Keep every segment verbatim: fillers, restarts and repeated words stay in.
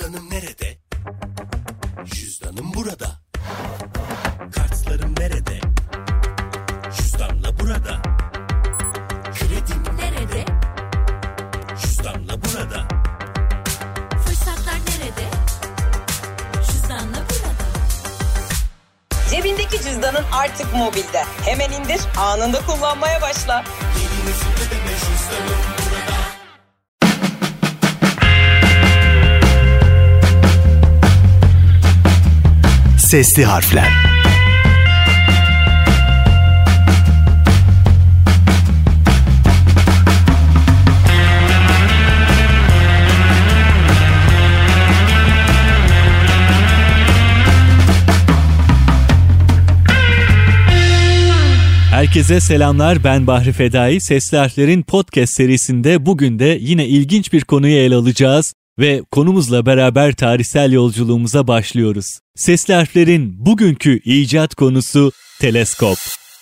Cüzdanım nerede? Cüzdanım burada. Kartlarım nerede? Cüzdanla burada. Kredim nerede? Cüzdanla burada. Fırsatlar nerede? Cüzdanla burada. Cebindeki cüzdanın artık mobilde. Hemen indir, anında kullanmaya başla. Yeni nesilde de cüzdanım burada. Sesli harfler. Herkese selamlar, ben Bahri Fedai. Sesli Harfler'in podcast serisinde bugün de yine ilginç bir konuyu ele alacağız ve konumuzla beraber tarihsel yolculuğumuza başlıyoruz. Sesli Harfler'in bugünkü icat konusu teleskop.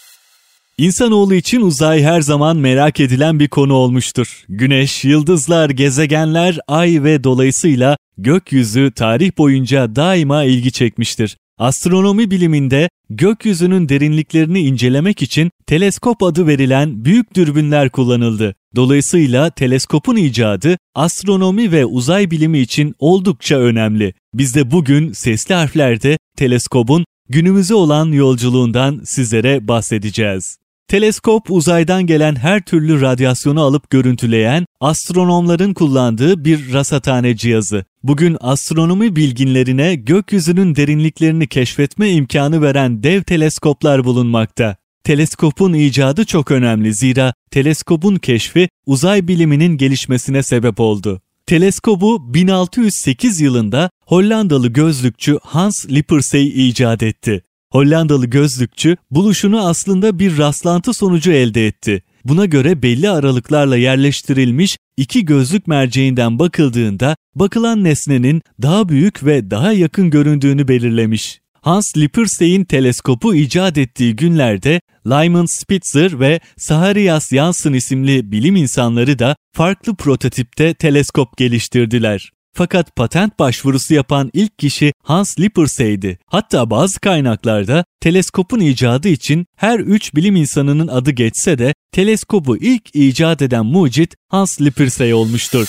İnsanoğlu için uzay her zaman merak edilen bir konu olmuştur. Güneş, yıldızlar, gezegenler, ay ve dolayısıyla gökyüzü tarih boyunca daima ilgi çekmiştir. Astronomi biliminde gökyüzünün derinliklerini incelemek için teleskop adı verilen büyük dürbünler kullanıldı. Dolayısıyla teleskopun icadı astronomi ve uzay bilimi için oldukça önemli. Biz de bugün sesli harflerde teleskobun günümüze olan yolculuğundan sizlere bahsedeceğiz. Teleskop, uzaydan gelen her türlü radyasyonu alıp görüntüleyen astronomların kullandığı bir rasathane cihazı. Bugün astronomi bilginlerine gökyüzünün derinliklerini keşfetme imkanı veren dev teleskoplar bulunmakta. Teleskopun icadı çok önemli, zira teleskopun keşfi uzay biliminin gelişmesine sebep oldu. Teleskobu bin altı yüz sekiz yılında Hollandalı gözlükçü Hans Lippershey icat etti. Hollandalı gözlükçü buluşunu aslında bir rastlantı sonucu elde etti. Buna göre belli aralıklarla yerleştirilmiş iki gözlük merceğinden bakıldığında bakılan nesnenin daha büyük ve daha yakın göründüğünü belirlemiş. Hans Lippershey'in teleskopu icat ettiği günlerde Lyman Spitzer ve Zacharias Janssen isimli bilim insanları da farklı prototipte teleskop geliştirdiler. Fakat patent başvurusu yapan ilk kişi Hans Lippershey'di. Hatta bazı kaynaklarda teleskopun icadı için her üç bilim insanının adı geçse de teleskobu ilk icat eden mucit Hans Lippershey olmuştur.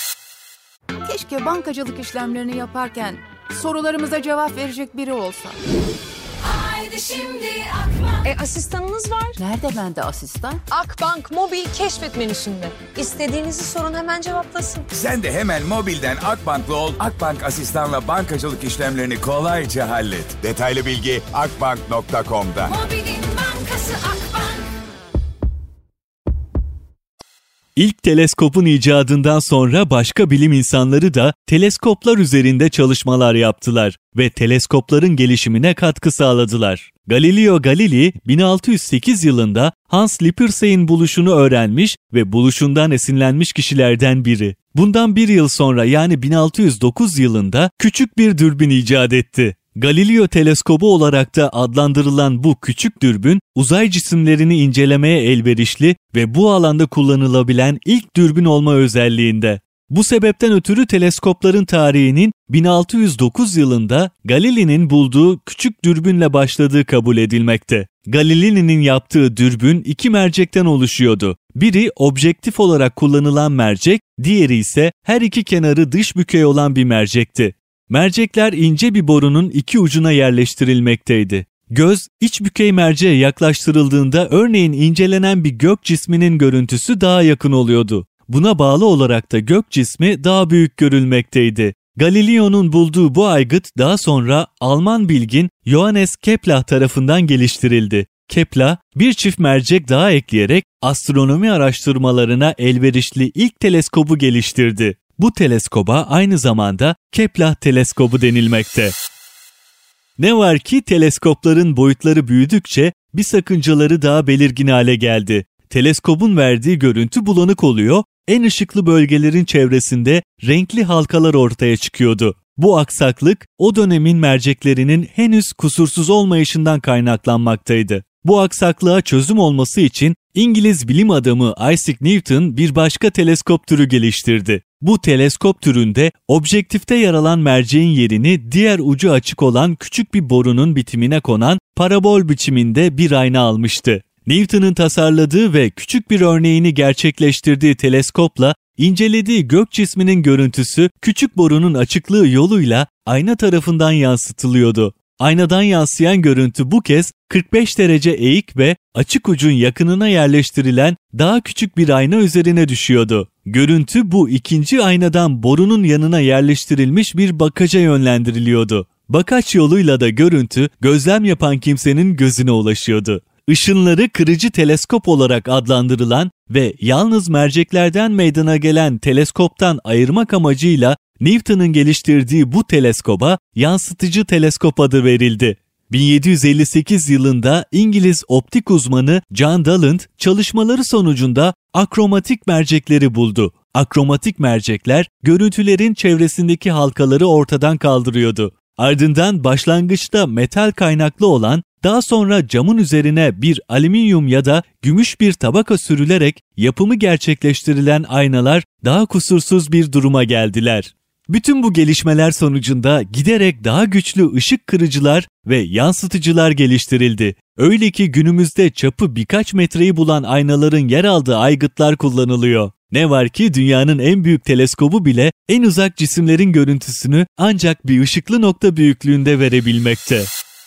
Keşke bankacılık işlemlerini yaparken sorularımıza cevap verecek biri olsa. Haydi şimdi Akbank. E asistanınız var. Nerede bende asistan? Akbank mobil keşfet menüsünde. İstediğinizi sorun, hemen cevaplasın. Sen de hemen mobilden Akbank'lı ol. Akbank asistanla bankacılık işlemlerini kolayca hallet. Detaylı bilgi akbank nokta com'da. Mobilin bankası Akbank. İlk teleskopun icadından sonra başka bilim insanları da teleskoplar üzerinde çalışmalar yaptılar ve teleskopların gelişimine katkı sağladılar. Galileo Galilei bin altı yüz sekiz yılında Hans Lippershey'in buluşunu öğrenmiş ve buluşundan esinlenmiş kişilerden biri. Bundan bir yıl sonra, yani bin altı yüz dokuz yılında küçük bir dürbün icat etti. Galileo teleskobu olarak da adlandırılan bu küçük dürbün, uzay cisimlerini incelemeye elverişli ve bu alanda kullanılabilen ilk dürbün olma özelliğinde. Bu sebepten ötürü teleskopların tarihinin bin altı yüz dokuz yılında Galilei'nin bulduğu küçük dürbünle başladığı kabul edilmekte. Galilei'nin yaptığı dürbün iki mercekten oluşuyordu. Biri objektif olarak kullanılan mercek, diğeri ise her iki kenarı dış bükey olan bir mercekti. Mercekler ince bir borunun iki ucuna yerleştirilmekteydi. Göz, iç bükey merceğe yaklaştırıldığında örneğin incelenen bir gök cisminin görüntüsü daha yakın oluyordu. Buna bağlı olarak da gök cismi daha büyük görülmekteydi. Galileo'nun bulduğu bu aygıt daha sonra Alman bilgin Johannes Kepler tarafından geliştirildi. Kepler, bir çift mercek daha ekleyerek astronomi araştırmalarına elverişli ilk teleskobu geliştirdi. Bu teleskoba aynı zamanda Kepler teleskobu denilmekte. Ne var ki teleskopların boyutları büyüdükçe bir sakıncaları daha belirgin hale geldi. Teleskobun verdiği görüntü bulanık oluyor, en ışıklı bölgelerin çevresinde renkli halkalar ortaya çıkıyordu. Bu aksaklık o dönemin merceklerinin henüz kusursuz olmayışından kaynaklanmaktaydı. Bu aksaklığa çözüm olması için İngiliz bilim adamı Isaac Newton bir başka teleskop türü geliştirdi. Bu teleskop türünde objektifte yer alan merceğin yerini diğer ucu açık olan küçük bir borunun bitimine konan parabol biçiminde bir ayna almıştı. Newton'un tasarladığı ve küçük bir örneğini gerçekleştirdiği teleskopla incelediği gök cisminin görüntüsü küçük borunun açıklığı yoluyla ayna tarafından yansıtılıyordu. Aynadan yansıyan görüntü bu kez kırk beş derece eğik ve açık ucun yakınına yerleştirilen daha küçük bir ayna üzerine düşüyordu. Görüntü bu ikinci aynadan borunun yanına yerleştirilmiş bir bakaca yönlendiriliyordu. Bakaç yoluyla da görüntü gözlem yapan kimsenin gözüne ulaşıyordu. Işınları kırıcı teleskop olarak adlandırılan ve yalnız merceklerden meydana gelen teleskoptan ayırmak amacıyla Newton'un geliştirdiği bu teleskoba yansıtıcı teleskop adı verildi. bin yedi yüz elli sekiz yılında İngiliz optik uzmanı John Dalland çalışmaları sonucunda akromatik mercekleri buldu. Akromatik mercekler görüntülerin çevresindeki halkaları ortadan kaldırıyordu. Ardından başlangıçta metal kaynaklı olan, daha sonra camın üzerine bir alüminyum ya da gümüş bir tabaka sürülerek yapımı gerçekleştirilen aynalar daha kusursuz bir duruma geldiler. Bütün bu gelişmeler sonucunda giderek daha güçlü ışık kırıcılar ve yansıtıcılar geliştirildi. Öyle ki günümüzde çapı birkaç metreyi bulan aynaların yer aldığı aygıtlar kullanılıyor. Ne var ki dünyanın en büyük teleskobu bile en uzak cisimlerin görüntüsünü ancak bir ışıklı nokta büyüklüğünde verebilmekte.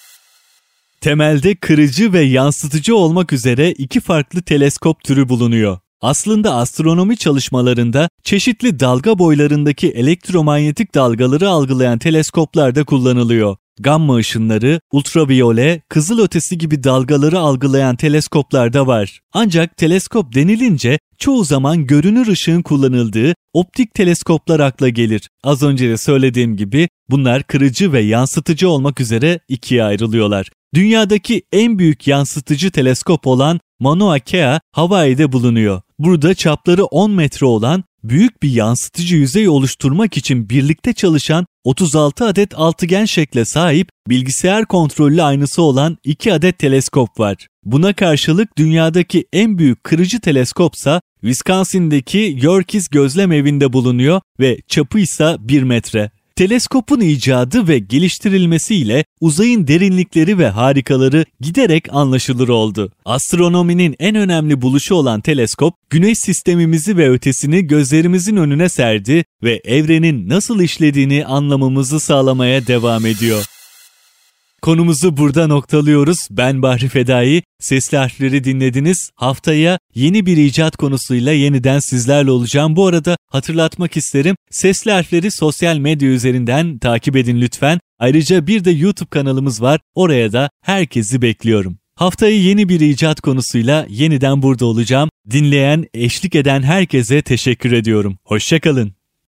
Temelde kırıcı ve yansıtıcı olmak üzere iki farklı teleskop türü bulunuyor. Aslında astronomi çalışmalarında çeşitli dalga boylarındaki elektromanyetik dalgaları algılayan teleskoplar da kullanılıyor. Gamma ışınları, ultraviyole, kızılötesi gibi dalgaları algılayan teleskoplar da var. Ancak teleskop denilince çoğu zaman görünür ışığın kullanıldığı optik teleskoplar akla gelir. Az önce de söylediğim gibi bunlar kırıcı ve yansıtıcı olmak üzere ikiye ayrılıyorlar. Dünyadaki en büyük yansıtıcı teleskop olan Mauna Kea, Hawaii'de bulunuyor. Burada çapları on metre olan büyük bir yansıtıcı yüzey oluşturmak için birlikte çalışan otuz altı adet altıgen şekle sahip bilgisayar kontrollü aynası olan iki adet teleskop var. Buna karşılık dünyadaki en büyük kırıcı teleskopsa Wisconsin'deki Yerkes Gözlem Evi'nde bulunuyor ve çapı ise bir metre. Teleskopun icadı ve geliştirilmesiyle uzayın derinlikleri ve harikaları giderek anlaşılır oldu. Astronominin en önemli buluşu olan teleskop, Güneş sistemimizi ve ötesini gözlerimizin önüne serdi ve evrenin nasıl işlediğini anlamamızı sağlamaya devam ediyor. Konumuzu burada noktalıyoruz. Ben Bahri Fedai. Sesli harfleri dinlediniz. Haftaya yeni bir icat konusuyla yeniden sizlerle olacağım. Bu arada hatırlatmak isterim. Sesli harfleri sosyal medya üzerinden takip edin lütfen. Ayrıca bir de YouTube kanalımız var. Oraya da herkesi bekliyorum. Haftaya yeni bir icat konusuyla yeniden burada olacağım. Dinleyen, eşlik eden herkese teşekkür ediyorum. Hoşça kalın.